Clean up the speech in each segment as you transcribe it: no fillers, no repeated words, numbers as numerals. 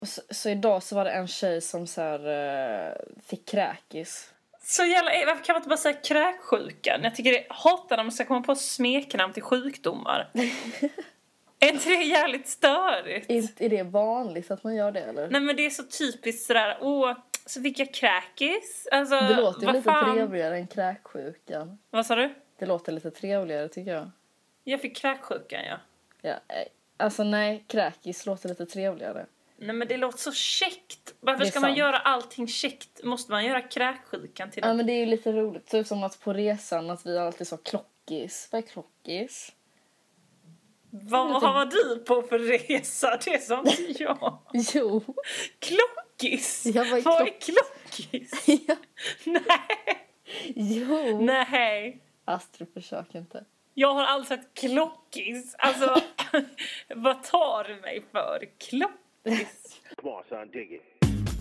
Så idag så var det en tjej som så här, fick kräkis. Så jävla, varför kan man inte bara säga kräksjukan? Jag tycker det hatar när man ska komma på smeknamn till sjukdomar. Är inte det jävligt störigt? Är det vanligt att man gör det, eller? Nej, men det är så typiskt sådär, så fick jag kräkis. Alltså, Det låter ju lite fan? trevligare än kräksjukan. Vad sa du? Det låter lite trevligare, tycker jag. Jag fick kräksjukan, ja. Ja, alltså nej, kräkis låter lite trevligare. Nej, men det låter så käckt. Varför Det är ska man sant. göra allting käckt? Måste man göra kräksjukan till Ja, det? men det är ju lite roligt. Typ som att på resan att vi alltid sa klockis. Vad är klockis? Vad har du på för resa? Det sa inte jag. Jo. Klockis? Jag var Vad är klockis? Ja. Nej. Jo. Nej. Astrid, försök inte. Jag har aldrig sagt klockis. Alltså, vad tar du mig för? Klockis? Come on, son, dig it.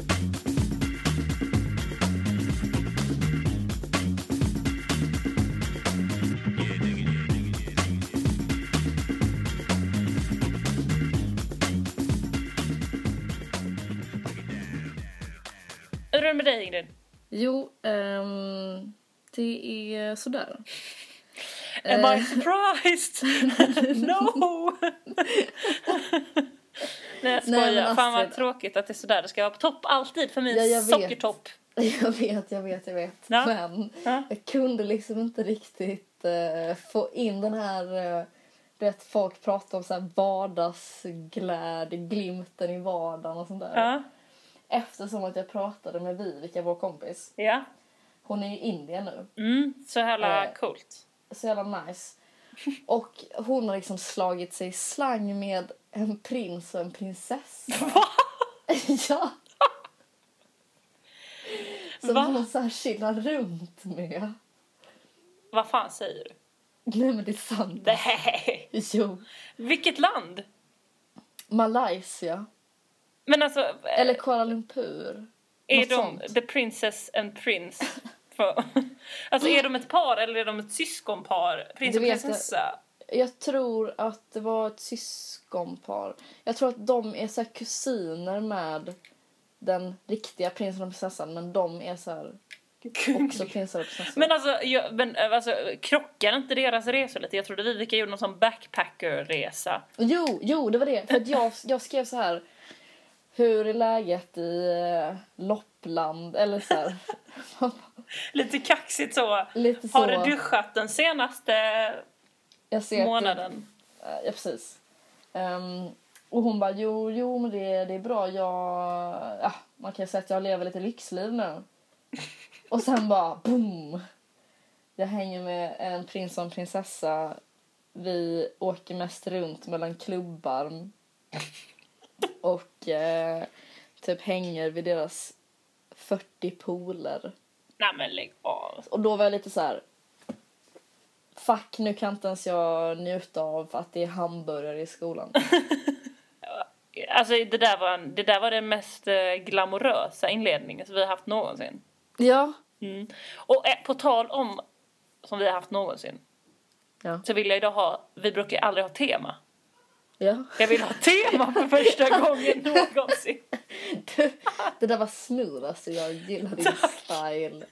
Hur är det med dig, Ingrid? Jo, det är sådär. Am I surprised? No! Nej, jag skojar. Nej, men Fan vad Astrid- tråkigt att det är sådär. Det ska vara på topp alltid för min Ja, jag vet. sockertopp. Jag vet. Ja. Men Ja. jag kunde liksom inte riktigt få in den här... Du vet, folk pratar om så här vardagsglädje, glimten i vardagen och sånt där. Ja. Eftersom att jag pratade med Vivica, vår kompis. Ja. Hon är i Indien nu. Så jävla coolt. Så jävla nice. Och hon har liksom slagit sig i slang med en prins och en prinsessa. Va? Ja. Som Va? hon så här chillar runt med. Vad fan säger du? Nej, men det är sant. Nej. Jo. Vilket land? Malaysia. Men alltså, Eller Kuala Lumpur. är något de sånt. the princess and prince? Alltså är de ett par eller är de ett syskonpar? Prins och Det vet prinsessa? Jag tror att det var ett syskonpar. Jag tror att de är så här kusiner med den riktiga prinsen och prinsessan. Men de är så här också prinsar och prinsessor. Men alltså, krockar inte deras resor lite? Jag trodde Vivica gjorde någon sån backpacker-resa. Jo, det var det. För att jag skrev så här: hur är läget i Loppland? Eller så här. Lite kaxigt så. Lite så. Har du duschat den senaste Jag ser månaden? Ja, precis. Och hon bara, jo men det är bra. Man kan säga att jag lever lite lyxliv nu. Och sen bara, boom. Jag hänger med en prins och en prinsessa. Vi åker mest runt mellan klubbar. Och typ hänger vid deras 40 pooler. Nej, men lägg av. Och då var jag lite så här: fuck, nu kan inte ens jag njuta av att det är hamburgare i skolan. Alltså det där var den mest glamorösa inledningen som vi har haft någonsin. Ja. Och på tal om som vi har haft någonsin. Ja. Så vill jag idag vi brukar ju aldrig ha tema. Ja. Jag vill ha tema för första gången någonsin. Det där var smooth, alltså. Jag gillar din style.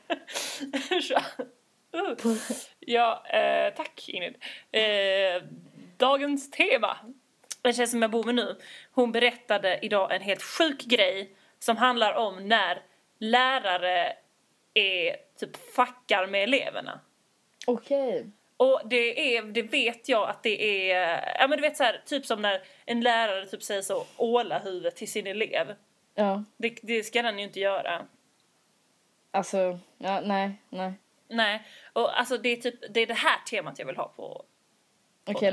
Ja, tack Ingrid. Dagens tema. Det känns som jag bor med nu. Hon berättade idag en helt sjuk grej som handlar om när lärare är typ fuckar med eleverna. Okej. Och det vet jag att det är, ja men du vet så här, typ som när en lärare typ säger så, åla huvudet till sin elev. Ja. Det ska den ju inte göra. Alltså, ja, nej. Nej, och alltså det är det här temat jag vill ha på. Okej,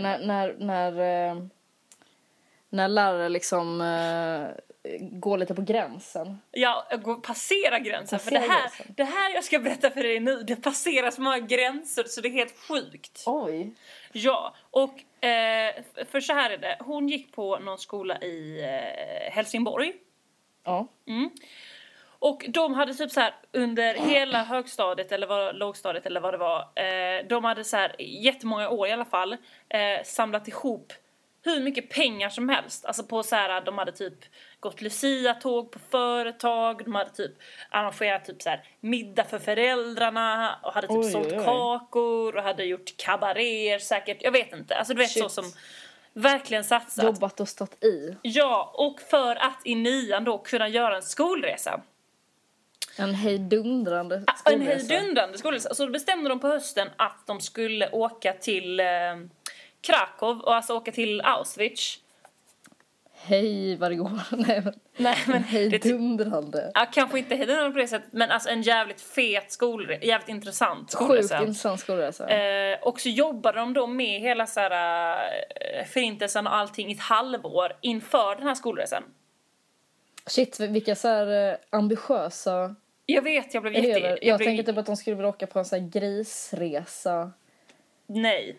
när lärare liksom går lite på gränsen. Ja, passera gränsen. Passera för gränsen. Det här jag ska berätta för dig nu, det passerar så många gränser så det är helt sjukt. Oj. Ja, och för så här är det. Hon gick på någon skola i Helsingborg. Ja. Och de hade typ så här under hela högstadiet eller lågstadiet eller vad det var. De hade så här jättemånga år i alla fall samlat ihop hur mycket pengar som helst. Alltså på så här, de hade typ gått Lucia-tåg på företag. De hade typ arrangerat typ så här middag för föräldrarna. Och hade typ sålt kakor. Och hade gjort kabaréer säkert. Jag vet inte. Alltså du vet så som verkligen satsat. Jobbat och stått i. Ja, och för att i 9:an då kunna göra en skolresa. En hejdundrande skolresa. En hejdundrande skolresa. Så då bestämde de på hösten att de skulle åka till Krakow. Och alltså åka till Auschwitz. Hej vad det går. Nej, men hejdundrande. Ja, kanske inte hejdundrande på det sättet. Men alltså en jävligt fet skolresa. Jävligt intressant skolresa. Sjukt intressant skolresa. Och så jobbade de då med hela så här, förintelsen och allting i ett halvår inför den här skolresan. Shit, vilka så här ambitiösa jag vet, jag blev elever. Jag tänker typ att de skulle vilja åka på en så här grisresa. Nej.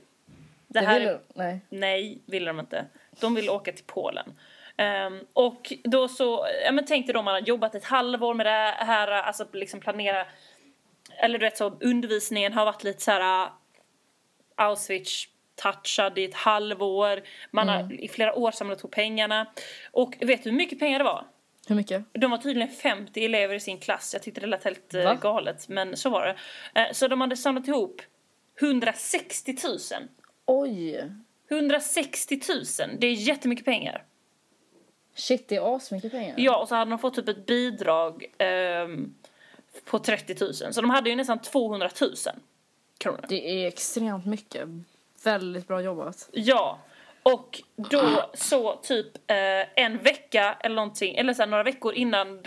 Nej, ville de inte. De ville åka till Polen. Och då så, tänkte de, man har jobbat ett halvår med det här, alltså liksom planera, eller du vet så, undervisningen har varit lite så här Auschwitz touchad i ett halvår. Man har i flera år samlat ihop pengarna. Och vet du hur mycket pengar det var? Hur mycket? De var tydligen 50 elever i sin klass. Jag tyckte det lät helt galet, men så var det. Så de hade samlat ihop 160 000. Oj! 160 000, det är jättemycket pengar. Shit, det är asmycket pengar. Ja, och så hade de fått typ ett bidrag på 30 000. Så de hade ju nästan 200 000 kronor. Det är extremt mycket. Väldigt bra jobbat. Ja, och då så typ en vecka eller någonting, eller så här, några veckor innan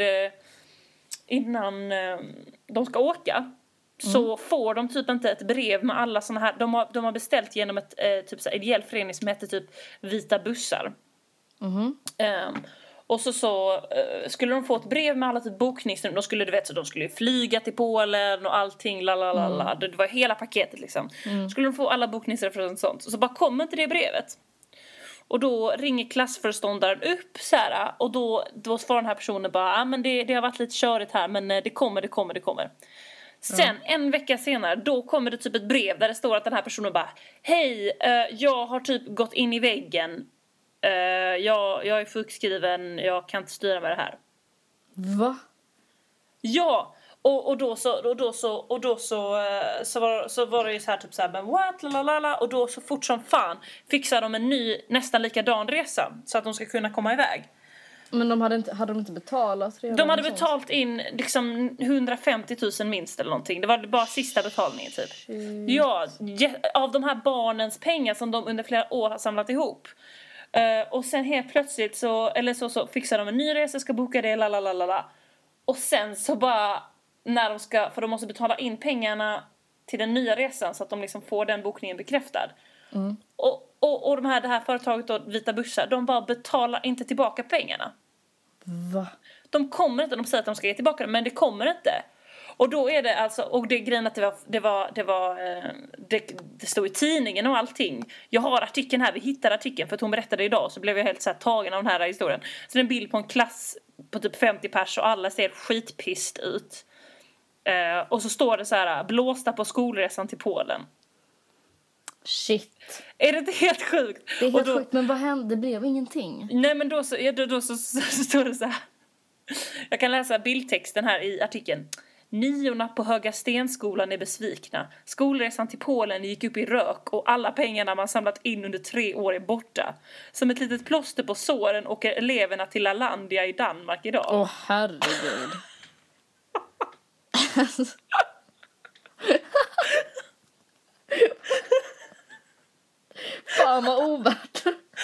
de ska åka. Så får de typ inte ett brev med alla såna här. De har beställt genom ett typ så här ideell förening som heter typ Vita bussar. Och så skulle de få ett brev med alla typ bokningar. De skulle flyga till Polen och allting. Det var hela paketet liksom. Skulle de få alla bokningar för sånt. Så bara kommer inte det brevet. Och då ringer klassföreståndaren upp så här, och då svarar den här personen bara men det har varit lite körigt här, men det kommer. Sen en vecka senare då kommer det typ ett brev där det står att den här personen bara hej, jag har typ gått in i väggen. Jag är sjukskriven, jag kan inte styra med det här. Va? Ja, och då så var det ju så här typ så här, men what, lalala, och då så fort som fan fixar de en ny nästan likadan resa så att de ska kunna komma iväg. Men hade de inte betalat redan? De hade betalt in liksom 150 000 minst eller någonting. Det var bara sista betalningen typ. Ja, av de här barnens pengar som de under flera år har samlat ihop. Och sen helt plötsligt så fixar de en ny resa, ska boka det, lalalala. Och sen så bara när de ska, för de måste betala in pengarna till den nya resan så att de liksom får den bokningen bekräftad. Och det här företaget då, Vita bussar, de bara betalar inte tillbaka pengarna. Va? De kommer inte, de säger att de ska ge tillbaka dem, men det kommer inte. Och då är det alltså, och det grejen att det stod i tidningen och allting. Jag har artikeln här, vi hittade artikeln för att hon berättade idag, så blev jag helt så här tagen av den här historien. Så det är en bild på en klass på typ 50 pers och alla ser skitpist ut. Och så står det så här, blåsta på skolresan till Polen. Shit. Är det inte helt sjukt? Det är helt sjukt, men vad hände? Det blev ingenting. Nej, men då så står det så här. Jag kan läsa bildtexten här i artikeln. 9:orna på Höga Stenskolan är besvikna. Skolresan till Polen gick upp i rök och alla pengarna man samlat in under 3 år är borta. Som ett litet plåster på såren åker eleverna till Lalandia i Danmark idag. Åh, herregud. Fan vad ovärt.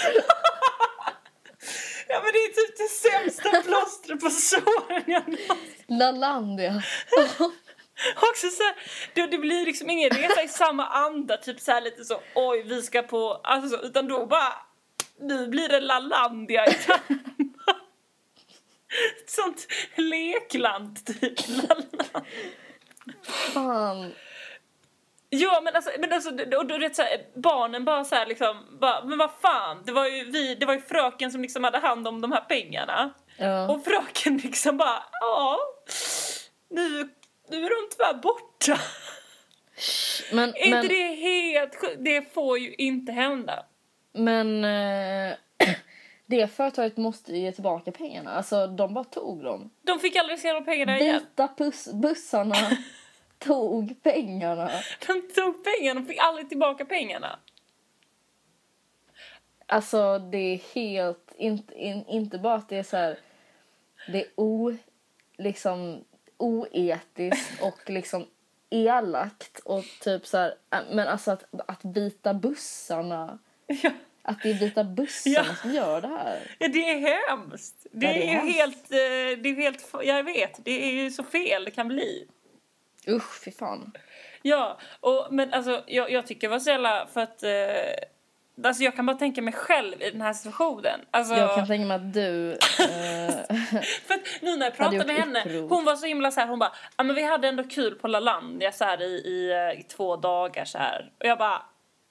Ja, men det är typ det sämsta plåstret på såren jag någonsin. Lalandia. Också så här, det blir liksom ingen resa i samma anda, typ så här lite så, oj vi ska på, alltså, utan då bara, nu blir det Lalandia i Danmark. Ett sånt lekland typ. Lalandia. Fan. Ja, men alltså och då vet så här, barnen bara så här liksom bara, men vad fan, det var ju fröken som liksom hade hand om de här pengarna. Ja. Och fröken liksom bara, ja, nu är de tyvärr borta. Men inte det helt det får ju inte hända. Men Det företaget måste ge tillbaka pengarna. Alltså, de bara tog dem. De fick aldrig se de pengarna igen. Vita bussarna tog pengarna. De tog pengarna och fick aldrig tillbaka pengarna. Alltså, det är helt... Inte bara att det är så här... Det är liksom oetiskt och liksom elakt och typ så här... Men alltså att vita bussarna... Ja. Att det är vita bussarna som gör det här. Ja, det är hemskt. Det är helt... Jag vet, det är ju så fel det kan bli. Usch, fy fan. Ja, men alltså jag tycker det var så jävla för att... Alltså jag kan bara tänka mig själv i den här situationen. Alltså, jag kan tänka mig att du... för att nu när jag pratade med henne, hon var så himla så här, hon bara, ja men vi hade ändå kul på LaLandia så här i 2 dagar så här. Och jag bara...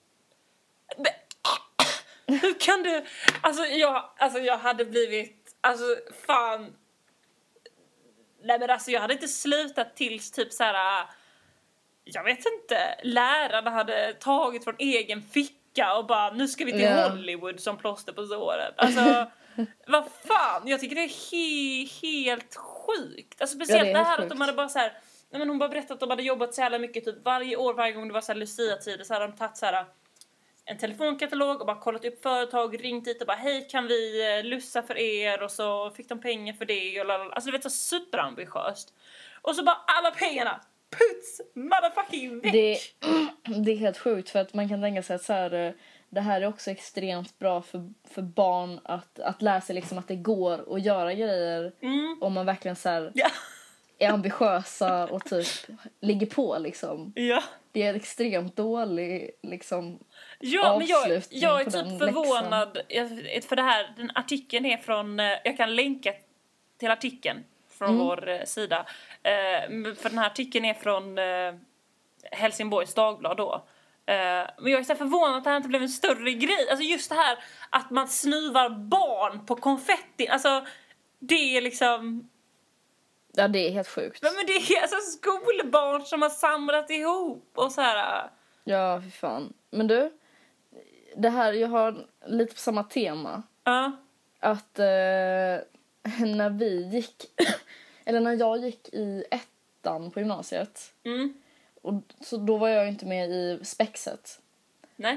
Hur kan du... Alltså jag hade blivit... Alltså fan... Nej men alltså jag hade inte slutat tills typ så här... Jag vet inte. Lärarna hade tagit från egen ficka och bara, nu ska vi till Hollywood som plåster på såret. Alltså, vad fan? Jag tycker det är helt sjukt. Alltså speciellt det här sjukt. Att de hade bara så här... Nej, men hon bara berättade att de hade jobbat så jävla mycket typ varje år, varje gång det var så här Lucia-tider så hade de tagit så här en telefonkatalog och bara kollat upp företag, ringt dit och bara, hej kan vi lussa för er, och så fick de pengar för det och lalala. Alltså det var så superambitiöst. Och så bara alla pengarna puts motherfucking väck. Det är helt sjukt, för att man kan tänka sig att så här, det här är också extremt bra för barn att lära sig liksom att det går att göra grejer om man verkligen så här är ambitiösa och typ ligger på liksom. Ja. Det är extremt dålig liksom. Ja, men jag är typ förvånad för det här. Den artikeln är från, jag kan länka till artikeln från vår sida. För den här artikeln är från Helsingborgs Dagblad då. Men jag är så förvånad att det här inte blev en större grej. Alltså just det här att man snuvar barn på konfetti. Alltså det är liksom... Ja, det är helt sjukt. Men det är alltså skolbarn som har samlat ihop och så här. Ja, för fan. Men du, det här, jag har lite på samma tema. Att när vi gick, eller när jag gick i 1:an på gymnasiet. Och så då var jag inte med i spexet. Nej.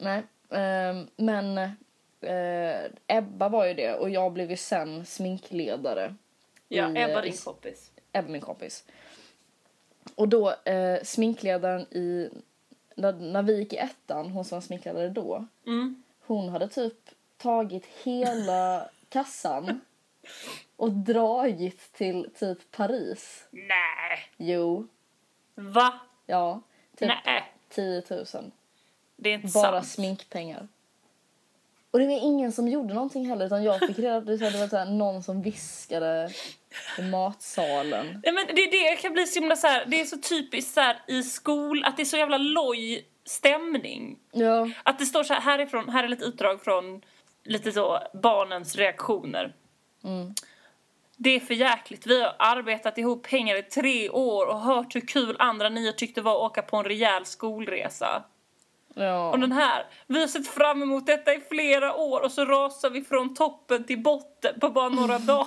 Men Ebba var ju det, och jag blev ju sen sminkledare. Ja, Ebba din kompis. Ebba min kompis. Och då sminkledaren när vi gick i 1:an, hon som var sminkledare då. Hon hade typ tagit hela kassan och dragit till typ Paris. Nej. Jo. Va? Ja, typ Nej. 10 000. Det är inte bara sant. sminkpengar. Och det var ingen som gjorde någonting heller, utan jag fick reda på det var så här, någon som viskade i matsalen. Ja, men det är det jag kan bli så himla så här, det är så typiskt så här i skol att det är så jävla loj stämning. Ja. Att det står så här här är lite utdrag från lite så barnens reaktioner. Det är för jäkligt. Vi har arbetat ihop pengar i 3 år och hört hur kul andra 9 tyckte var att åka på en rejäl skolresa. Ja. Och den här, vi har sett fram emot detta i flera år och så rasar vi från toppen till botten på bara några dagar.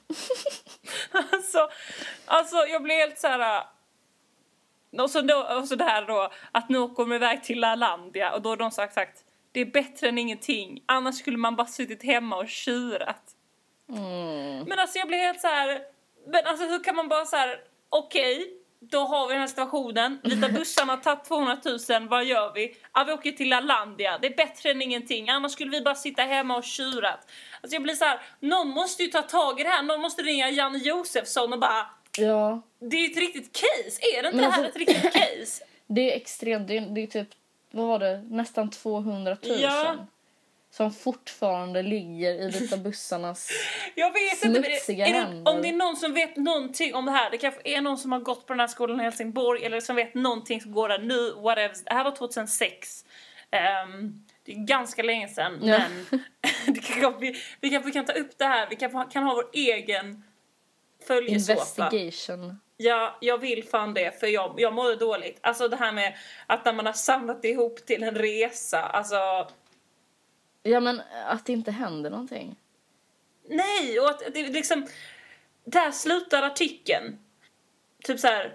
alltså jag blir helt så här. Och så det här då att nu åker de iväg till LaLandia och då har de sagt det är bättre än ingenting. Annars skulle man bara suttit hemma och tjurat. Men alltså jag blir helt så här. Men alltså hur kan man bara så här, okej, då har vi den här situationen. Vita bussarna har tagit 200 000. Vad gör vi? Ja, vi åker till LaLandia. Det är bättre än ingenting. Annars skulle vi bara sitta hemma och tjurat. Alltså jag blir så här, någon måste ju ta tag i det här. Någon måste ringa Janne Josefsson och bara, ja. Det är ett riktigt case. Är det inte det här ett riktigt case? Det är extremt. Det är typ, vad var det? Nästan 200 000. Ja. Som fortfarande ligger i vita bussarnas jag vet smutsiga inte, händer. Om det är någon som vet någonting om det här. Det kanske är någon som har gått på den här skolan i Helsingborg. Eller som vet någonting som går där nu. Whatever. Det här var 2006. Det är ganska länge sedan. Ja. Men vi kanske kan ta upp det här. Vi kan ha vår egen följesåpa. Investigation. Ja, jag vill fan det. För jag mår dåligt. Alltså det här med att när man har samlat ihop till en resa. Alltså... Ja, men att det inte händer någonting. Nej, och att det liksom... Där slutar artikeln. Typ så här.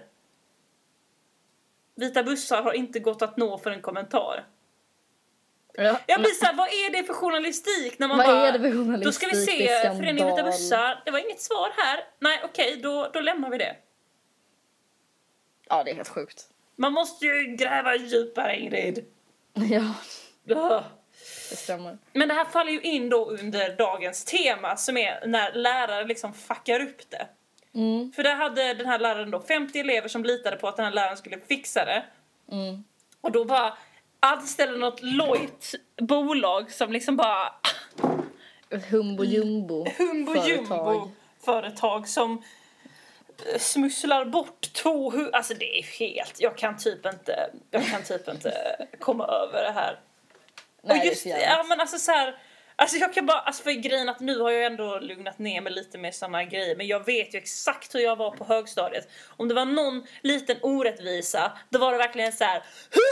Vita bussar har inte gått att nå för en kommentar. Ja, Jag blir såhär, vad är det för journalistik? När man vad bara, är det för journalistik? då ska vi se, Föreningen Vita bussar. Det var inget svar här. Nej, okej, då lämnar vi det. Ja, det är helt sjukt. Man måste ju gräva djupare, Ingrid. Ja, Ugh. det stämmer. Men det här faller ju in då under dagens tema, som är när lärare liksom fuckar upp det. För där hade den här läraren då 50 elever som litade på att den här läraren skulle fixa det. Och då bara anställde något lojt bolag som liksom bara... Humbo jumbo företag som smusslar bort 200... Alltså det är helt... Jag kan typ inte komma över det här. Nej, och just, ja men alltså så här, alltså jag kan bara, alltså för grejen att nu har jag ändå lugnat ner mig lite med såna grejer, men jag vet ju exakt hur jag var på högstadiet. Om det var någon liten orättvisa, då var det verkligen så här.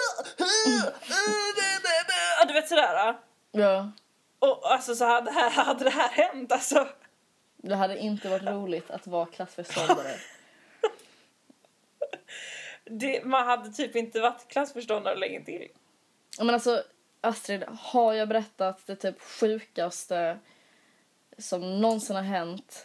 Du vet sådär. Ja. Och alltså så hade det här hänt alltså. Det hade inte varit roligt att vara klassförståndare. Man hade typ inte varit klassförståndare länge till. Men alltså, Astrid, har jag berättat det typ sjukaste som någonsin har hänt,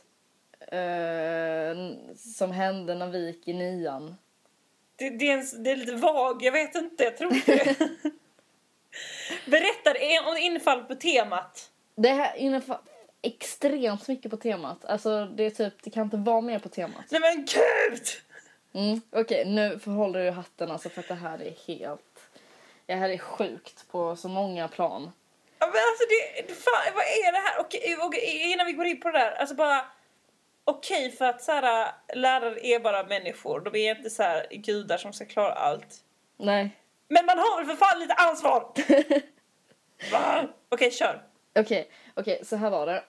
som hände när vi gick i 9:an? Det är lite vag, jag vet inte, jag tror inte det. Berätta om infall på temat. Det här innebär extremt mycket på temat. Alltså det är typ, det kan inte vara mer på temat. Nej men gud! Okej, nu förhåller du hatten alltså, för att det här är helt... Det här är sjukt på så många plan. Ja, men alltså fan, vad är det här? Okej, innan vi går in på det där, alltså bara... Okej, för att så här, lärare är bara människor. De är inte så här gudar som ska klara allt. Nej. Men man har väl för fan lite ansvar! Va? Okej, kör. Okej, så här var det.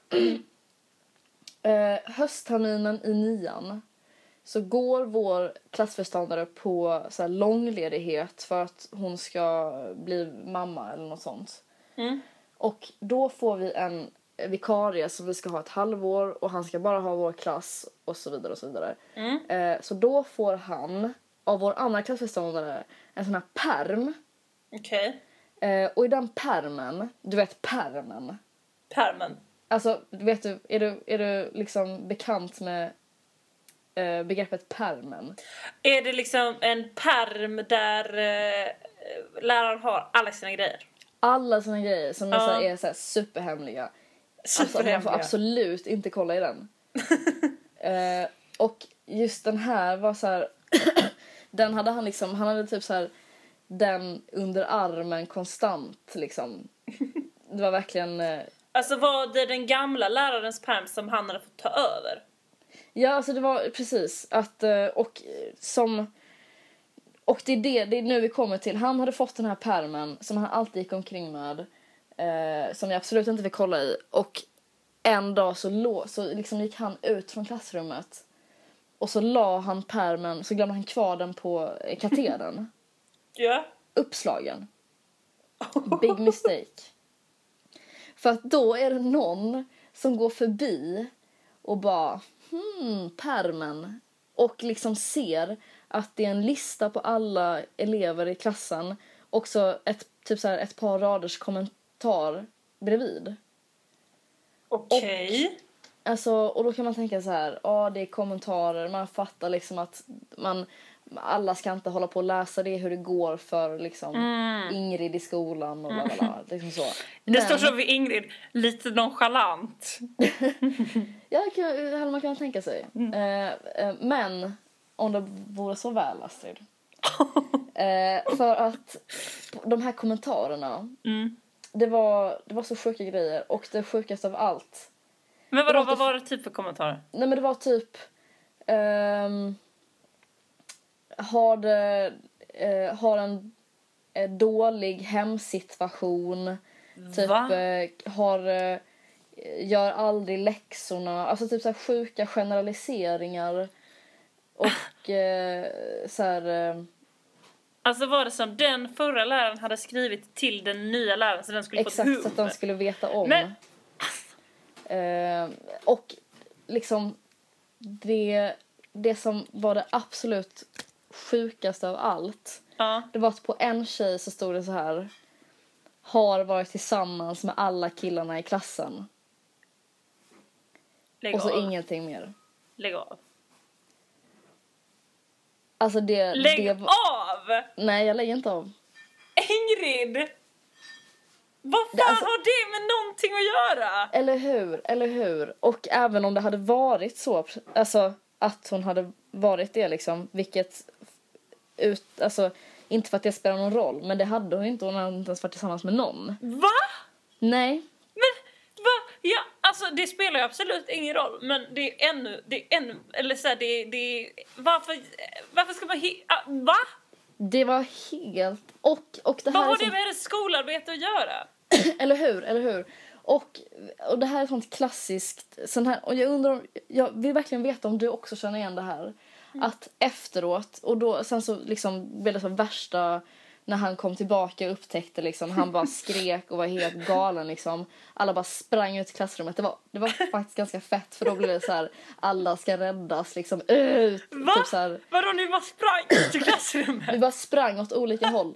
Höstterminen i 9:an så går vår klassförståndare på så här långledighet för att hon ska bli mamma eller något sånt. Och då får vi en vikarie som vi ska ha ett halvår, och han ska bara ha vår klass och så vidare och så vidare. Så då får han av vår andra klassförståndare en sån här perm. Okej. Och i den permen, du vet permen. Alltså, vet du, är du liksom bekant med begreppet permen? Är det liksom en perm där läraren har alla sina grejer? Alla sina grejer som är så här superhemliga. Alltså, man får absolut inte kolla i den. Och just den här var så här... den hade han liksom... Han hade typ så här... Den under armen konstant liksom. Det var verkligen... Alltså var det den gamla lärarens perm som han hade fått ta över? Ja, alltså det var precis att... Och det är nu vi kommer till. Han hade fått den här permen som han alltid gick omkring med. Som jag absolut inte fick kolla i. Och en dag så liksom gick han ut från klassrummet. Och så la han permen, så glömde han kvar den på katedern. Ja. Uppslagen. Big mistake. För att då är det någon som går förbi och bara, permen. Och liksom ser att det är en lista på alla elever i klassen. Också ett par raders kommentar bredvid. Okej. Alltså, och då kan man tänka så här, det är kommentarer, man fattar liksom att alla ska inte hålla på och läsa det, hur det går för liksom Ingrid i skolan och bla liksom så. Det står så vid Ingrid, lite nonchalant. Ja, hade man kunnat tänka sig. Men om det vore så väl, Astrid. För att de här kommentarerna, det var så sjuka grejer, och det sjukaste av allt. Men vad var det typ för kommentarer? Nej, men det var typ har en dålig hemsituation. Typ gör aldrig läxorna. Alltså typ så här sjuka generaliseringar. Och så här Alltså var det som den förra läraren hade skrivit till den nya läraren så den skulle få ett Exakt, så att de skulle veta om. Men och liksom det som var det absolut sjukaste av allt. ja, Det var att på en tjej så stod det så här: har varit tillsammans med alla killarna i klassen. lägg Och så av. ingenting mer. Lägg av. Alltså Lägg av! Nej, jag lägger inte av. Ingrid! Vad fan Alltså- har det med någonting att göra? Eller hur? Och även om det hade varit så, alltså att hon hade varit det liksom, vilket alltså inte för att det spelar någon roll, men det hade hon inte, hon hade inte ens varit tillsammans med någon. Va? Nej. Men va? Ja, alltså det spelar ju absolut ingen roll, men det är ännu eller så här, det varför ska man va? Det var helt och det här Vad har är det med hennes skolarbete att göra? eller hur? Och det här är sånt klassiskt sån här, och jag undrar jag vill verkligen veta om du också känner igen det här. Att efteråt, och då sen så liksom blev det så värsta när han kom tillbaka och upptäckte liksom, han bara skrek och var helt galen liksom. Alla bara sprang ut i klassrummet. Det var faktiskt ganska fett, för då blev det så här: alla ska räddas liksom ut. Va? Typ så här, Vadå, ni bara sprang ut i klassrummet? vi bara sprang åt olika håll.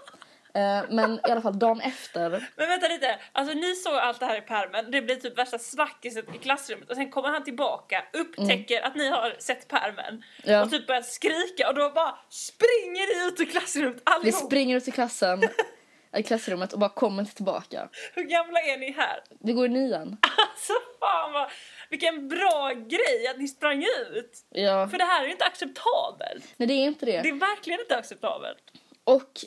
Men i alla fall dagen efter. Men vänta lite, alltså ni såg allt det här i pärmen. Det blir typ värsta snackiset i klassrummet. Och sen kommer han tillbaka, upptäcker att ni har sett pärmen. Ja. Och typ börjar skrika. Och då bara springer ni ut ur klassrummet Vi allihop. springer ut i klassrummet och bara kommer inte tillbaka. Hur gamla är ni här? Vi går i 9:an. Alltså fan vad, vilken bra grej att ni sprang ut. Ja. För det här är ju inte acceptabelt. Nej, det är inte det. Det är verkligen inte acceptabelt. Och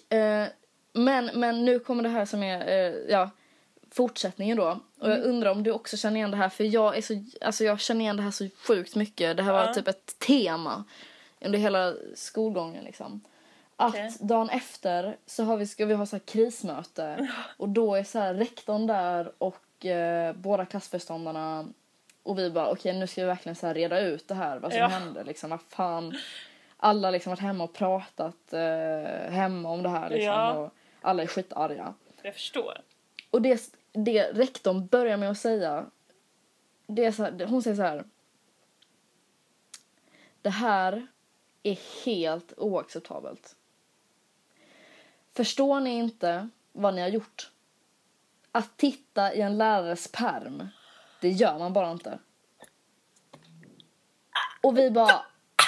men nu kommer det här som är fortsättningen då. Och jag undrar om du också känner igen det här, för jag känner igen det här så sjukt mycket. Det här var typ ett tema under hela skolgången liksom. Att dagen efter så ska vi ha så här krismöte, och då är så här rektorn där och båda klassföreståndarna, och vi bara okej, nu ska vi verkligen så här reda ut det här, vad som hände liksom, vad fan. Alla liksom varit hemma och pratat hemma om det här liksom, och alla är skitarga. Jag förstår. Och det rektorn börjar med att säga, det är så här, hon säger så här: det här är helt oacceptabelt. Förstår ni inte vad ni har gjort? Att titta i en lärares pärm, det gör man bara inte. Och vi bara...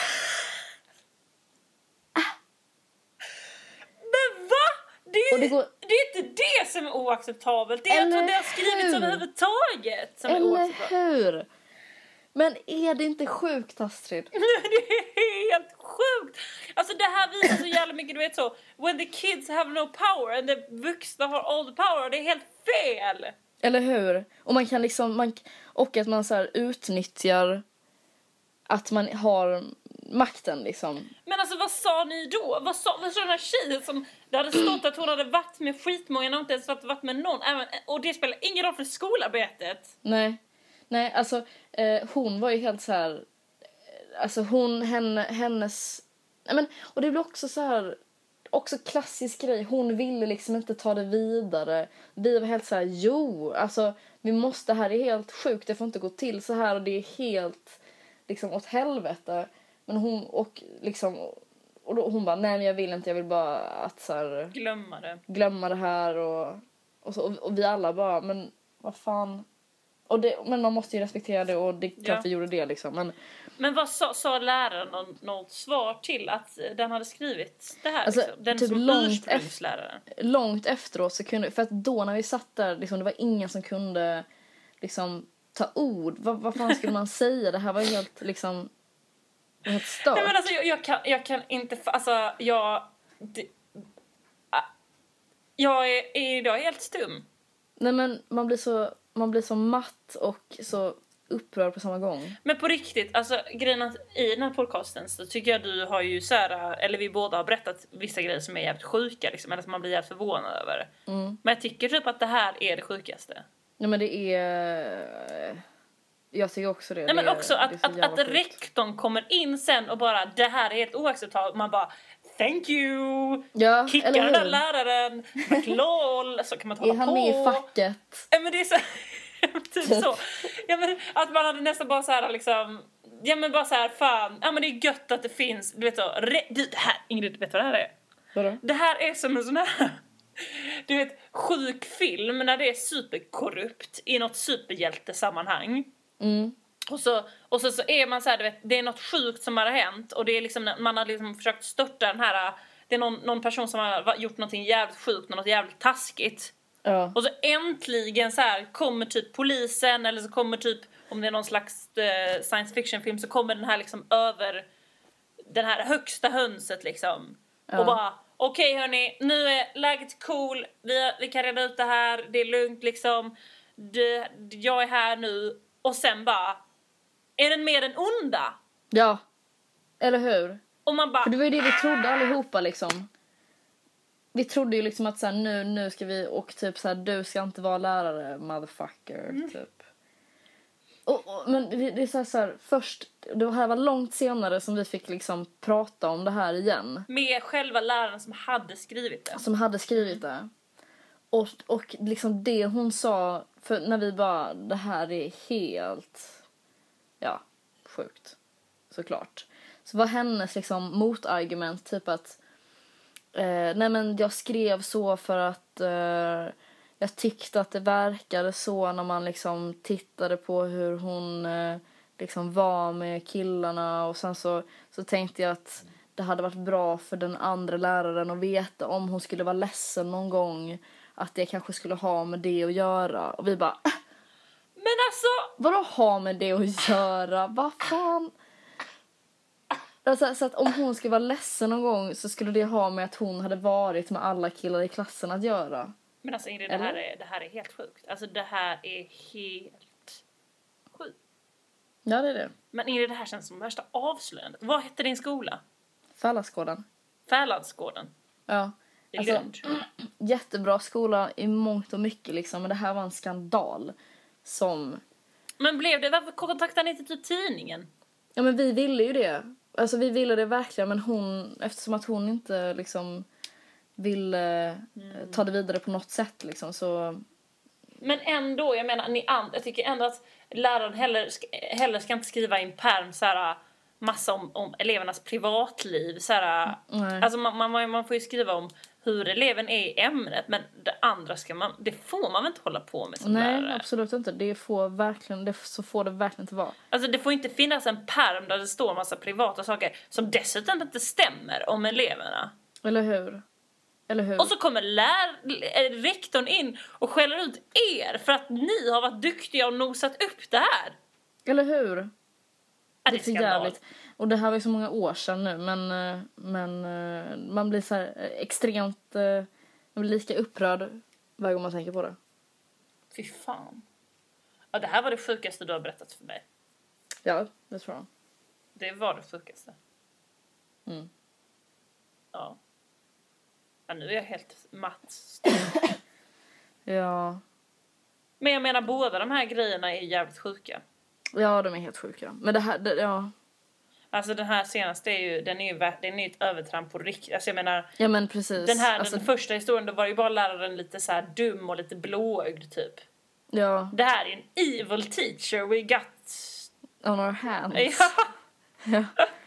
Men va? Det är inte det som är oacceptabelt. Det är att det har skrivits överhuvudtaget som är oacceptabelt. Eller hur? Men är det inte sjukt, Astrid? Det är helt sjukt. Alltså det här visar så jävla mycket, du vet så. When the kids have no power and the vuxna har all the power. Det är helt fel. Eller hur? Och man kan liksom... och att man så här utnyttjar att man har makten liksom. Men alltså vad sa ni då? Vad sa den här tjejen som... Det hade stått att hon hade varit med skitmånga och inte ens varit med någon. Och det spelar ingen roll för skolarbetet. Nej, alltså hon var ju helt så här, alltså hennes, men, och det blir också så här, också klassisk grej, hon ville liksom inte ta det vidare. Vi var helt så här, alltså vi måste, det här är helt sjukt, det får inte gå till så här, och det är helt liksom åt helvete. Men hon, och liksom, och då, hon bara, nej men jag vill inte, jag vill bara att så här, glömma det här, och vi alla bara, men vad fan. Men man måste ju respektera det, och det är klart vi gjorde det liksom. Men vad sa läraren något svar till att den hade skrivit det här? Alltså, liksom? Den typ som långt efteråt så kunde, för att då när vi satt där liksom, det var ingen som kunde liksom ta ord. Vad fan skulle man säga? Det här var helt liksom helt stört. Nej men alltså jag kan inte, alltså jag är idag helt stum. Nej men man blir så matt och så upprörd på samma gång. Men på riktigt, alltså grejen att i den här podcasten så tycker jag du har ju så här, eller vi båda har berättat vissa grejer som är jävligt sjuka liksom, eller som man blir jävligt förvånad över. Men jag tycker typ att det här är det sjukaste. Nej men det är, jag tycker också det. Nej men också att rektorn kommer in sen och bara, det här är helt oacceptabelt. Man bara, thank you. Ja, Kicka eller den där hur? läraren. McLol, så kan man hålla Är han på. med i facket? Ja, men det är så typ så. Ja, men att man hade nästan bara så här liksom, ja men bara så här, fan, ja men det är gött att det finns, du vet så, det här, Ingrid, vet du vad det här är? Vadå? Det här är som en sån här, du vet, sjuk film när det är superkorrupt i något superhjältesammanhang. Och så är man så här, du vet, det är något sjukt som har hänt och det är liksom, man har liksom försökt störta den här, det är någon person som har gjort någonting jävligt sjukt, något jävligt taskigt. Ja. Och så äntligen så här kommer typ polisen, eller så kommer typ, om det är någon slags science fiction film, så kommer den här liksom över den här högsta hönset liksom. Och bara, okej, hörni, nu är läget cool, vi kan reda ut det här, det är lugnt liksom, jag är här nu. Och sen bara, är den mer den onda? Ja, eller hur? Och man bara, För det var ju det vi trodde allihopa liksom. Vi trodde ju liksom att så här, nu ska vi, och typ så här, du ska inte vara lärare, motherfucker, typ. Men det är så här, först, det här var långt senare som vi fick liksom prata om det här igen. med själva läraren som hade skrivit det. Som hade skrivit det. Och liksom det hon sa, för när vi bara, det här är helt, ja, sjukt. Såklart. Så var hennes liksom motargument typ att nej men jag skrev så för att jag tyckte att det verkade så när man liksom tittade på hur hon liksom var med killarna, och sen så tänkte jag att det hade varit bra för den andra läraren att veta om hon skulle vara ledsen någon gång, att det kanske skulle ha med det att göra. Och vi bara, Men alltså, vadå ha med det att göra? Vad fan? Alltså, så att om hon skulle vara ledsen någon gång så skulle det ha med att hon hade varit med alla killar i klassen att göra. men alltså Ingrid, det här är helt sjukt. Alltså det här är helt sjukt. Ja, det är det. Men Ingrid, det här känns som värsta avslöjandet. Vad hette din skola? Fällaskådan. Färlandsgården Ja. i Alltså, Lund. jättebra skola i mångt och mycket liksom. Men det här var en skandal som... Men varför kontaktade ni inte typ tidningen? Ja, men vi ville ju det. Alltså vi ville det verkligen, men eftersom att hon inte liksom ville ta det vidare på något sätt liksom, så... Men ändå, jag menar, jag tycker ändå att läraren heller ska inte skriva i en pärm så här massa om elevernas privatliv så här. Alltså man får ju skriva om hur eleven är i ämnet, men det andra det får man väl inte hålla på med som lärare. Nej, absolut inte. Så får det verkligen inte vara. Alltså det får inte finnas en pärm där det står en massa privata saker som dessutom inte stämmer om eleverna. Eller hur? Och så kommer rektorn in och skäller ut er för att ni har varit duktiga och nosat upp det här. Eller hur? Ja, Det är så jävligt. Och det här var ju så många år sedan nu, men man blir så här extremt, man blir lika upprörd varje gång man tänker på det. Fy fan. Ja, det här var det sjukaste du har berättat för mig. Ja, det tror jag. Det var det sjukaste. Mm. Ja. Ja, nu är jag helt matt. Ja. Men jag menar, båda de här grejerna är jävligt sjuka. Ja, de är helt sjuka. Men det här, ja. Alltså den här senaste den är ju ett övertramp på riktigt. Alltså jag menar, Ja, men precis. Den första historien, då var ju bara läraren lite så här dum och lite blåögd typ. Ja. Det här är en evil teacher we got on our hands. Ja.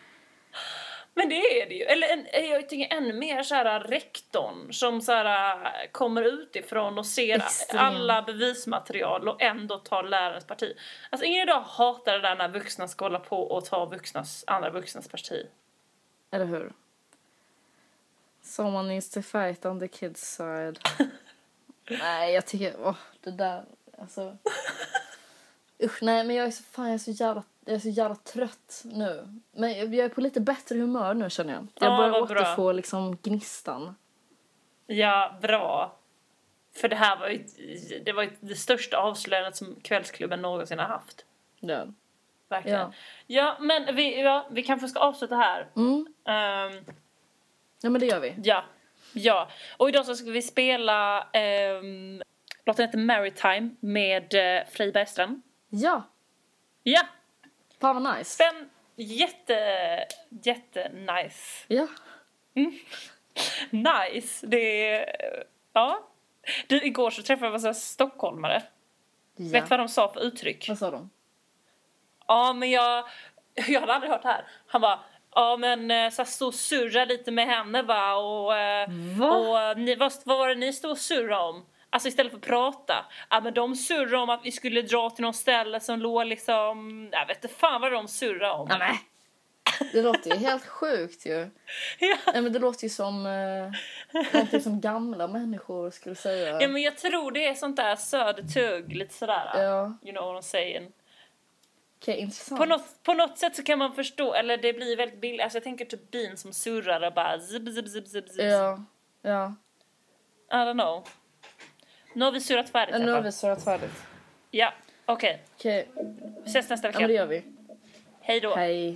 Men det är det ju. Eller jag tycker ännu mer så här rektorn som så här kommer utifrån och ser alla bevismaterial och ändå tar lärarens parti. Alltså ingen idag hatar det där när vuxna ska hålla på och ta andra vuxnas parti. Eller hur? Someone needs to fight on the kids side. Nej, jag tycker, det där, alltså... Usch, nej, men jag är så jävla trött nu. Men jag är på lite bättre humör nu, känner jag. Jag börjar återfå liksom gnistan. Ja, bra. För det här var ju det största avslöjandet som kvällsklubben någonsin har haft. Ja. Verkligen. Ja, men vi kanske ska avsluta här. Ja, men det gör vi. Ja. Och idag så ska vi spela låten heter Maritime med Frej Bergström. Ja. Fan vad nice. Jätte nice. Ja. Nice. Det är... Ja. Du, igår så träffade jag en stockholmare. Ja. Vet vad de sa för uttryck? Vad sa de? Ja, men jag hade aldrig hört det här. Han bara, ja men så stå och surra lite med henne va? Och ni, vad var det ni stod och surra om? Alltså istället för att prata. Ja men de surrade om att vi skulle dra till någon ställe som låg liksom... Jag vet inte fan vad de surrade om. Nej. Det låter ju helt sjukt ju. Ja. Nej, men det låter ju som någonting som gamla människor skulle säga. Ja men jag tror det är sånt där södertugg. Lite sådär. Ja. You know what I'm saying. Okej, intressant. På något sätt så kan man förstå. Eller det blir väldigt billigt. Alltså jag tänker typ bin som surrar och bara zip. Ja. I don't know. Nu har vi surrat färdigt. Nu har vi surrat färdigt. Ja, okej. Okej. Vi ses nästa vecka. Ja, men det gör vi. Hej då. Hej.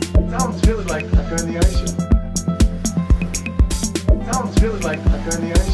Sounds really like a